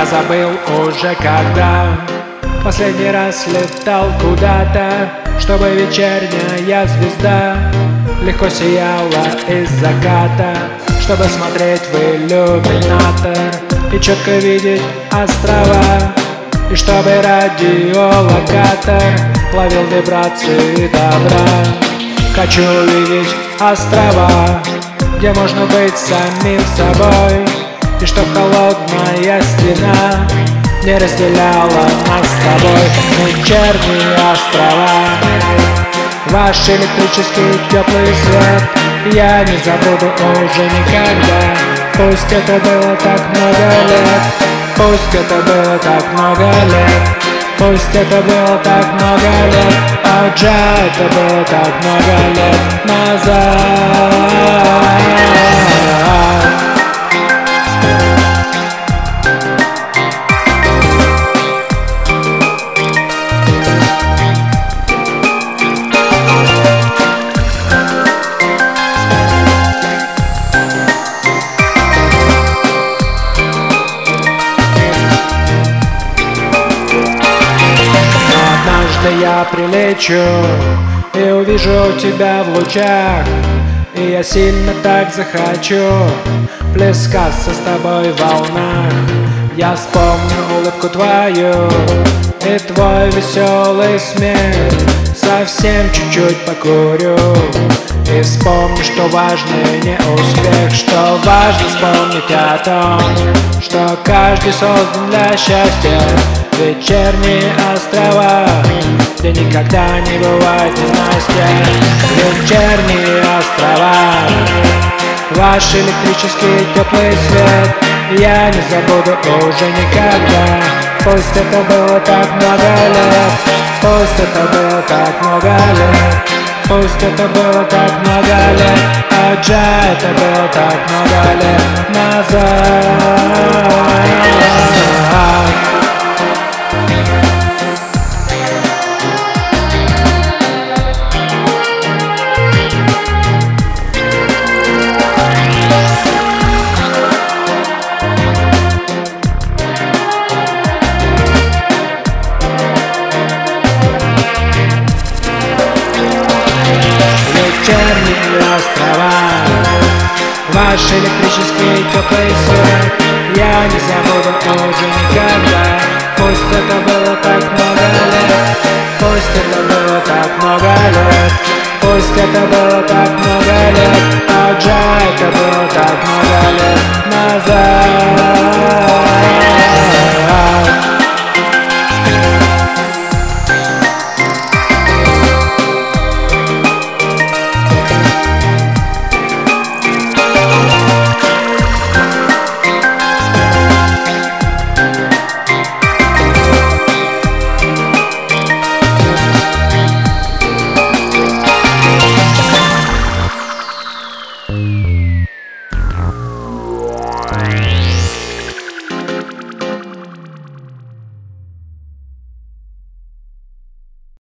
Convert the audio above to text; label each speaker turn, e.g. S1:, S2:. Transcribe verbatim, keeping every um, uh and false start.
S1: забыл уже когда последний раз летал куда-то, чтобы вечерняя звезда легко сияла из заката, чтобы смотреть в иллюминатор и четко видеть острова, и чтобы радиолокатор ловил вибрации добра. Хочу увидеть острова, где можно быть самим собой, и чтоб холодная стена не разделяла нас с тобой. Вечерние острова, ваш электрический теплый свет я не забуду уже никогда. Пусть это было так много лет, пусть это было так много лет, пусть это было так много лет, а жаль, это было так много лет назад. Я прилечу и увижу тебя в лучах, и я сильно так захочу плескаться с тобой в волнах. Я вспомню улыбку твою и твой веселый смех, совсем чуть-чуть покурю и вспомню, что важный не успех, что важно вспомнить о том, что каждый создан для счастья. Вечерние острова, где никогда не бывает ненастья. Вечерние острова, ваш электрический теплый свет я не забуду уже никогда. Пусть это было так много лет, пусть это было так много лет, пусть это было так много лет, а жаль, это было так много лет назад. Вечерние острова, ваш электрический теплый свет я не забуду уже никогда. Пусть это было так много лет, пусть это было так много лет, пусть это было так много лет, а жаль, это было так много лет назад.
S2: Thank you.